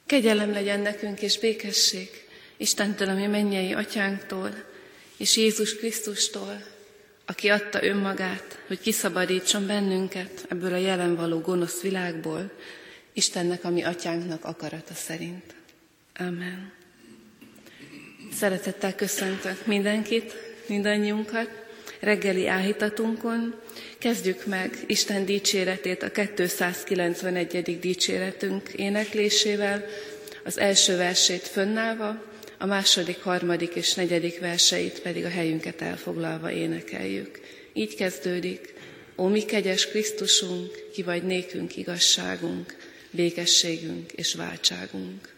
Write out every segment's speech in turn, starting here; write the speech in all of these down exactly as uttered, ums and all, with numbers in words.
Kegyelem legyen nekünk és békesség Istentől, ami mennyei atyánktól, és Jézus Krisztustól, aki adta önmagát, hogy kiszabadítson bennünket ebből a jelen való gonosz világból, Istennek, ami atyánknak akarata szerint. Amen. Szeretettel köszöntök mindenkit, mindannyiunkat reggeli áhítatunkon. Kezdjük meg Isten dicséretét a kétszázkilencvenegyedik dicséretünk éneklésével, az első versét fönnállva, a második, harmadik és negyedik verseit pedig a helyünket elfoglalva énekeljük. Így kezdődik: Ó, mi kegyes Krisztusunk, ki vagy nékünk igazságunk, békességünk és váltságunk.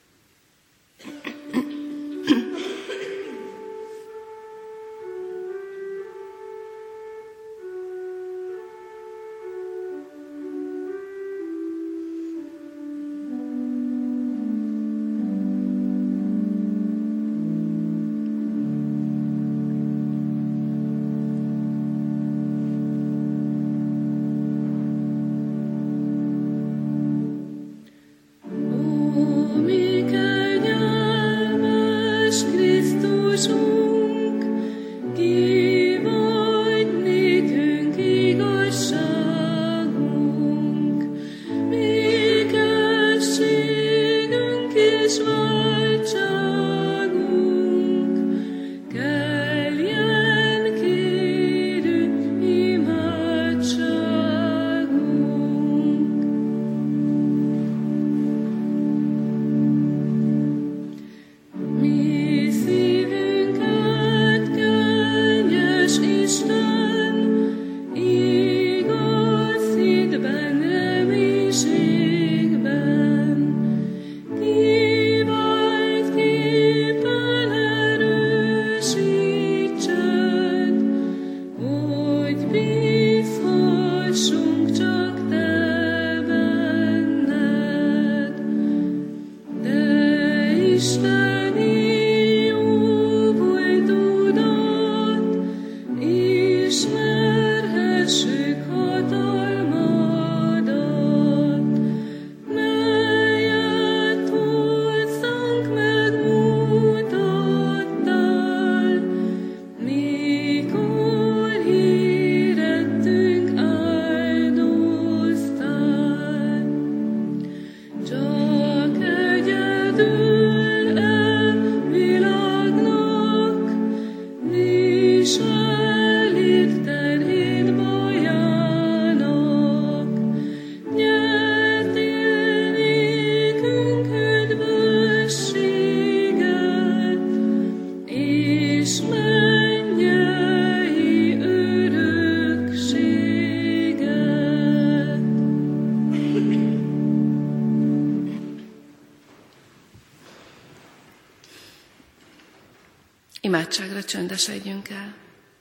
Imádságra csöndesedjünk el.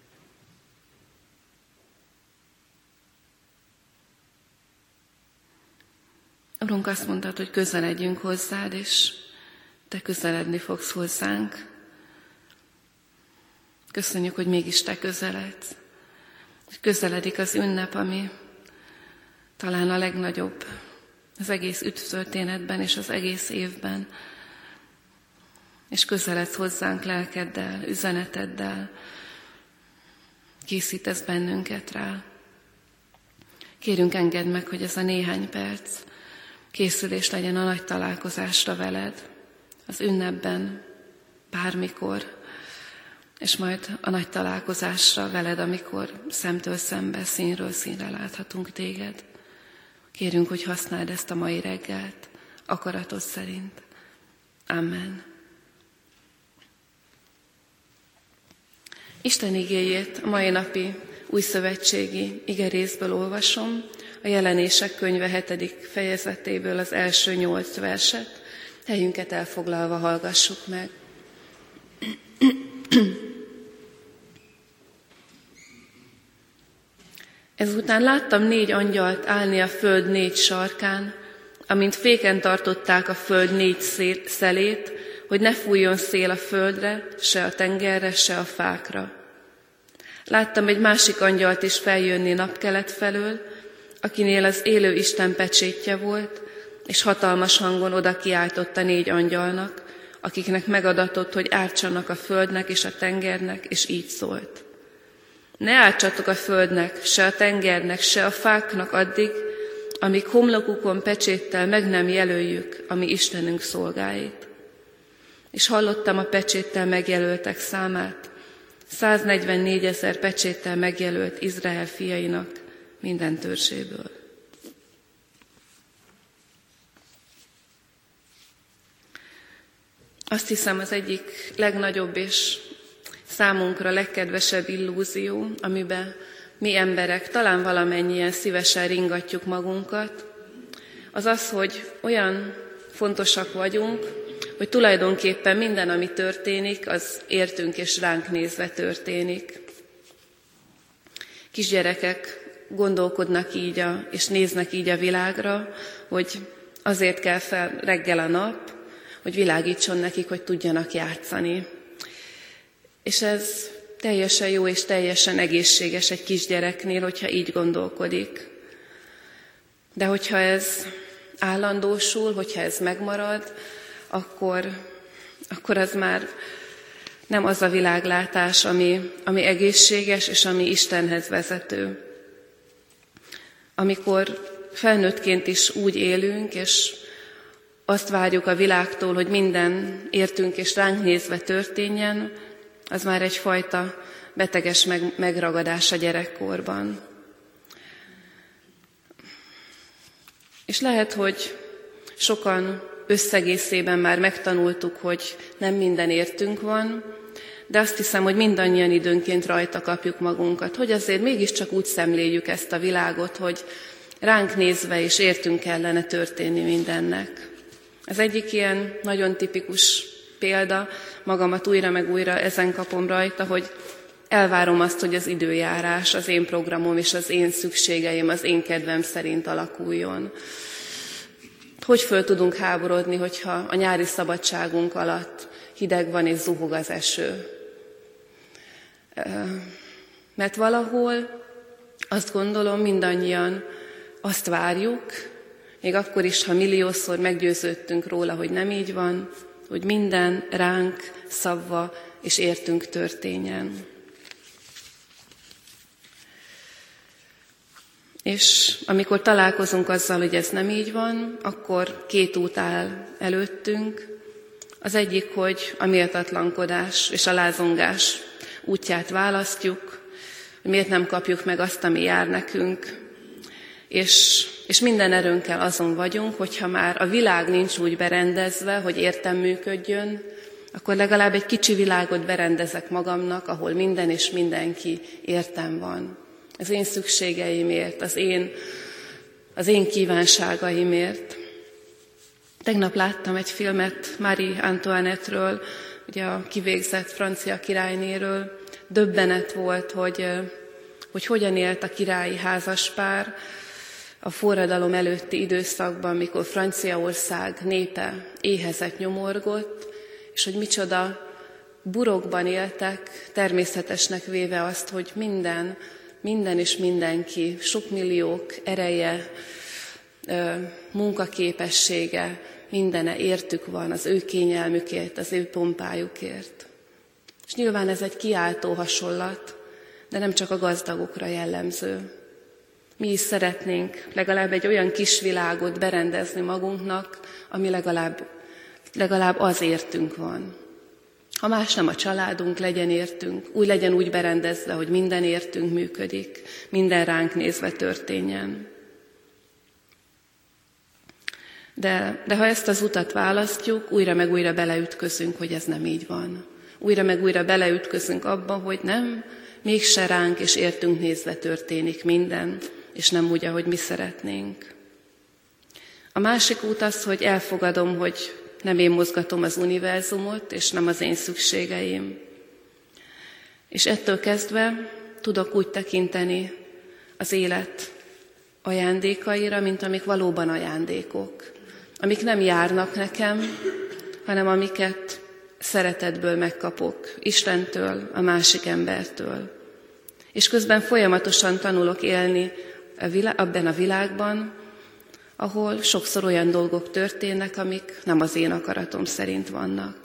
Urunk, azt mondtad, hogy közeledjünk hozzád, és te közeledni fogsz hozzánk. Köszönjük, hogy mégis te közeledsz. Hogy közeledik az ünnep, ami talán a legnagyobb az egész üdvtörténetben és az egész évben. És közeledsz hozzánk lelkeddel, üzeneteddel, készítesz bennünket rá. Kérünk, engedd meg, hogy ez a néhány perc készülés legyen a nagy találkozásra veled, az ünnepben, bármikor, és majd a nagy találkozásra veled, amikor szemtől szembe, színről színre láthatunk téged. Kérünk, hogy használd ezt a mai reggelt, akaratod szerint. Amen. Isten igéjét a mai napi újszövetségi igerészből olvasom, a Jelenések könyve hetedik fejezetéből az első nyolc verset. Helyünket elfoglalva hallgassuk meg. Ezután láttam négy angyalt állni a föld négy sarkán, amint féken tartották a föld négy szelét, hogy ne fújjon szél a földre, se a tengerre, se a fákra. Láttam egy másik angyalt is feljönni napkelet felől, akinél az élő Isten pecsétje volt, és hatalmas hangon oda kiáltott a négy angyalnak, akiknek megadatott, hogy ártsanak a földnek és a tengernek, és így szólt: ne ártsatok a földnek, se a tengernek, se a fáknak addig, amíg homlokukon pecséttel meg nem jelöljük a mi Istenünk szolgáit. És hallottam a pecséttel megjelöltek számát, száznegyvennégyezer pecséttel megjelölt Izrael fiainak minden törzséből. Azt hiszem, az egyik legnagyobb és számunkra legkedvesebb illúzió, amiben mi emberek talán valamennyien szívesen ringatjuk magunkat, az az, hogy olyan fontosak vagyunk, hogy tulajdonképpen minden, ami történik, az értünk és ránk nézve történik. Kisgyerekek gondolkodnak így a, és néznek így a világra, hogy azért kell fel reggel a nap, hogy világítson nekik, hogy tudjanak játszani. És ez teljesen jó és teljesen egészséges egy kisgyereknél, hogyha így gondolkodik. De hogyha ez állandósul, hogyha ez megmarad, akkor, akkor az már nem az a világlátás, ami, ami egészséges és ami Istenhez vezető. Amikor felnőttként is úgy élünk, és azt várjuk a világtól, hogy minden értünk és ránk nézve történjen, az már egyfajta beteges meg, megragadás a gyerekkorban. És lehet, hogy sokan összegészében már megtanultuk, hogy nem minden értünk van, de azt hiszem, hogy mindannyian időnként rajta kapjuk magunkat, hogy azért mégiscsak úgy szemléljük ezt a világot, hogy ránk nézve és értünk kellene történni mindennek. Az egyik ilyen nagyon tipikus példa, magamat újra meg újra ezen kapom rajta, hogy elvárom azt, hogy az időjárás, az én programom és az én szükségeim, az én kedvem szerint alakuljon. Hogy föl tudunk háborodni, hogyha a nyári szabadságunk alatt hideg van és zuhog az eső? Mert valahol azt gondolom, mindannyian azt várjuk, még akkor is, ha milliószor meggyőződtünk róla, hogy nem így van, hogy minden ránk szabva és értünk történjen. És amikor találkozunk azzal, hogy ez nem így van, akkor két út áll előttünk. Az egyik, hogy a méltatlankodás és a lázongás útját választjuk, hogy miért nem kapjuk meg azt, ami jár nekünk, és, és minden erőnkkel azon vagyunk, hogyha már a világ nincs úgy berendezve, hogy értem működjön, akkor legalább egy kicsi világot berendezek magamnak, ahol minden és mindenki értem van. Az én szükségeimért, az én, az én kívánságaimért. Tegnap láttam egy filmet Marie Antoinette-ről, ugye a kivégzett francia királynéről. Döbbenet volt, hogy, hogy hogyan élt a királyi házaspár a forradalom előtti időszakban, mikor Franciaország népe éhezett, nyomorgott, és hogy micsoda burokban éltek, természetesnek véve azt, hogy minden, minden és mindenki, sok milliók ereje, munkaképessége, mindene értük van az ő kényelmükért, az ő pompájukért. És nyilván ez egy kiáltó hasonlat, de nem csak a gazdagokra jellemző. Mi is szeretnénk legalább egy olyan kis világot berendezni magunknak, ami legalább, legalább az értünk van. Ha más nem, a családunk legyen értünk, úgy legyen úgy berendezve, hogy minden értünk működik, minden ránk nézve történjen. De, de ha ezt az utat választjuk, újra meg újra beleütközünk, hogy ez nem így van. Újra meg újra beleütközünk abba, hogy nem, mégse ránk és értünk nézve történik minden, és nem úgy, ahogy mi szeretnénk. A másik út az, hogy elfogadom, hogy nem én mozgatom az univerzumot, és nem az én szükségeim. És ettől kezdve tudok úgy tekinteni az élet ajándékaira, mint amik valóban ajándékok. Amik nem járnak nekem, hanem amiket szeretetből megkapok Istentől, a másik embertől. És közben folyamatosan tanulok élni abban a világban, ahol sokszor olyan dolgok történnek, amik nem az én akaratom szerint vannak.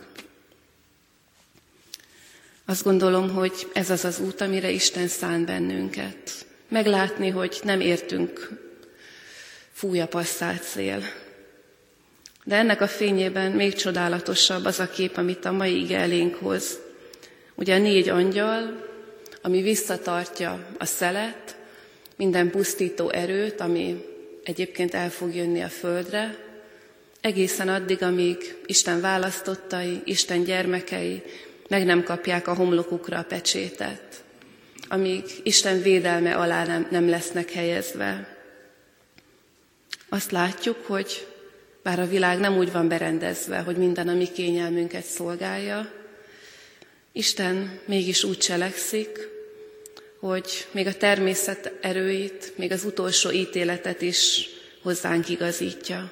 Azt gondolom, hogy ez az az út, amire Isten szán bennünket. Meglátni, hogy nem értünk, fúj a passzált szél. De ennek a fényében még csodálatosabb az a kép, amit a mai ige elénk hoz. Ugye a négy angyal, ami visszatartja a szelet, minden pusztító erőt, ami egyébként el fog jönni a földre, egészen addig, amíg Isten választottai, Isten gyermekei meg nem kapják a homlokukra a pecsétet, amíg Isten védelme alá nem, nem lesznek helyezve. Azt látjuk, hogy bár a világ nem úgy van berendezve, hogy minden a mi kényelmünket szolgálja, Isten mégis úgy cselekszik, hogy még a természet erőit, még az utolsó ítéletet is hozzánk igazítja.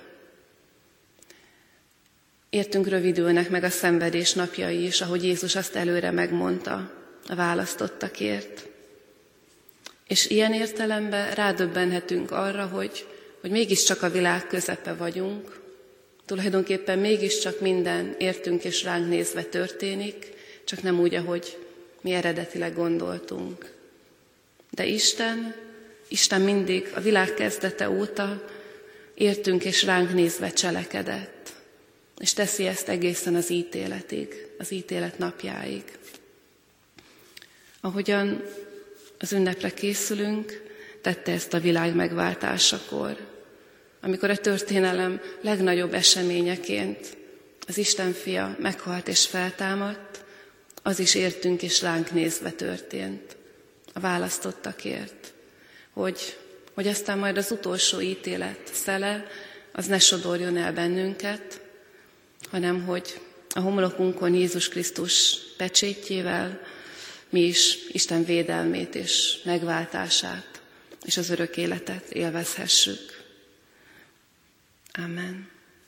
Értünk rövidülnek meg a szenvedés napjai is, ahogy Jézus azt előre megmondta a választottakért. És ilyen értelemben rádöbbenhetünk arra, hogy, hogy mégiscsak a világ közepe vagyunk, tulajdonképpen mégiscsak minden értünk és ránk nézve történik, csak nem úgy, ahogy mi eredetileg gondoltunk. De Isten, Isten mindig a világ kezdete óta értünk és ránk nézve cselekedett, és teszi ezt egészen az ítéletig, az ítélet napjáig. Ahogyan az ünnepre készülünk, tette ezt a világ megváltásakor, amikor a történelem legnagyobb eseményeként az Isten fia meghalt és feltámadt, az is értünk és ránk nézve történt, a választottakért, hogy, hogy aztán majd az utolsó ítélet szele, az ne sodorjon el bennünket, hanem hogy a homlokunkon Jézus Krisztus pecsétjével mi is Isten védelmét és megváltását és az örök életet élvezhessük. Amen.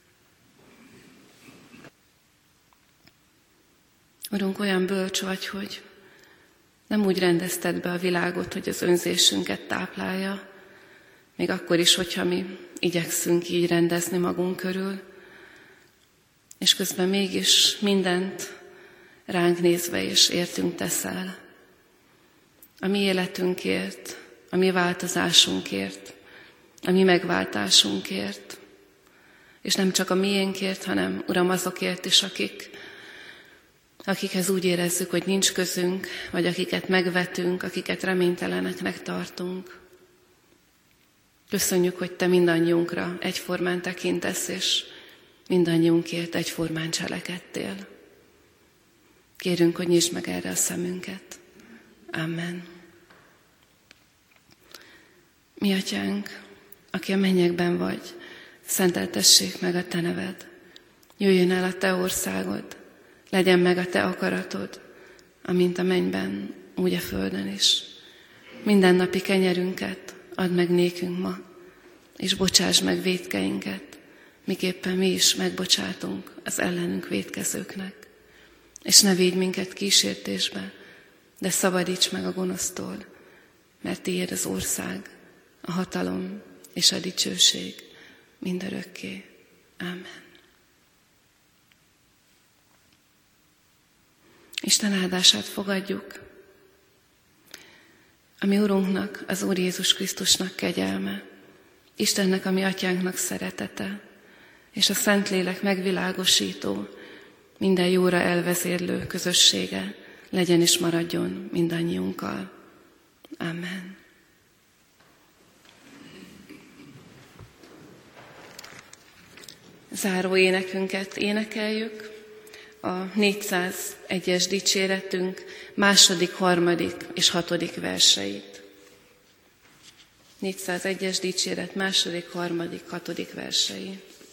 Urunk, olyan bölcs vagy, hogy nem úgy rendezted be a világot, hogy az önzésünket táplálja, még akkor is, hogyha mi igyekszünk így rendezni magunk körül, és közben mégis mindent ránk nézve és értünk teszel. A mi életünkért, a mi változásunkért, a mi megváltásunkért, és nem csak a miénkért, hanem, Uram, azokért is, akik, akikhez úgy érezzük, hogy nincs közünk, vagy akiket megvetünk, akiket reményteleneknek tartunk. Köszönjük, hogy Te mindannyiunkra egyformán tekintesz, és mindannyiunkért egyformán cselekedtél. Kérünk, hogy nyisd meg erre a szemünket. Amen. Mi Atyánk, aki a mennyekben vagy, szenteltessék meg a Te neved. Jöjjön el a Te országod, legyen meg a Te akaratod, amint a mennyben, úgy a földön is. Mindennapi kenyerünket add meg nékünk ma, és bocsáss meg vétkeinket, miképpen mi is megbocsátunk az ellenünk vétkezőknek. És ne védj minket kísértésbe, de szabadíts meg a gonosztól, mert Tiéd az ország, a hatalom és a dicsőség mindörökké. Amen. Isten áldását fogadjuk. A mi Urunknak, az Úr Jézus Krisztusnak kegyelme, Istennek, a mi Atyánknak szeretete, és a Szentlélek megvilágosító, minden jóra elvezérlő közössége legyen és maradjon mindannyiunkkal. Amen. Záró énekünket énekeljük, a négyszázegyes dicséretünk második, harmadik és hatodik verseit. négyszázegyes dicséret második, harmadik, hatodik versei.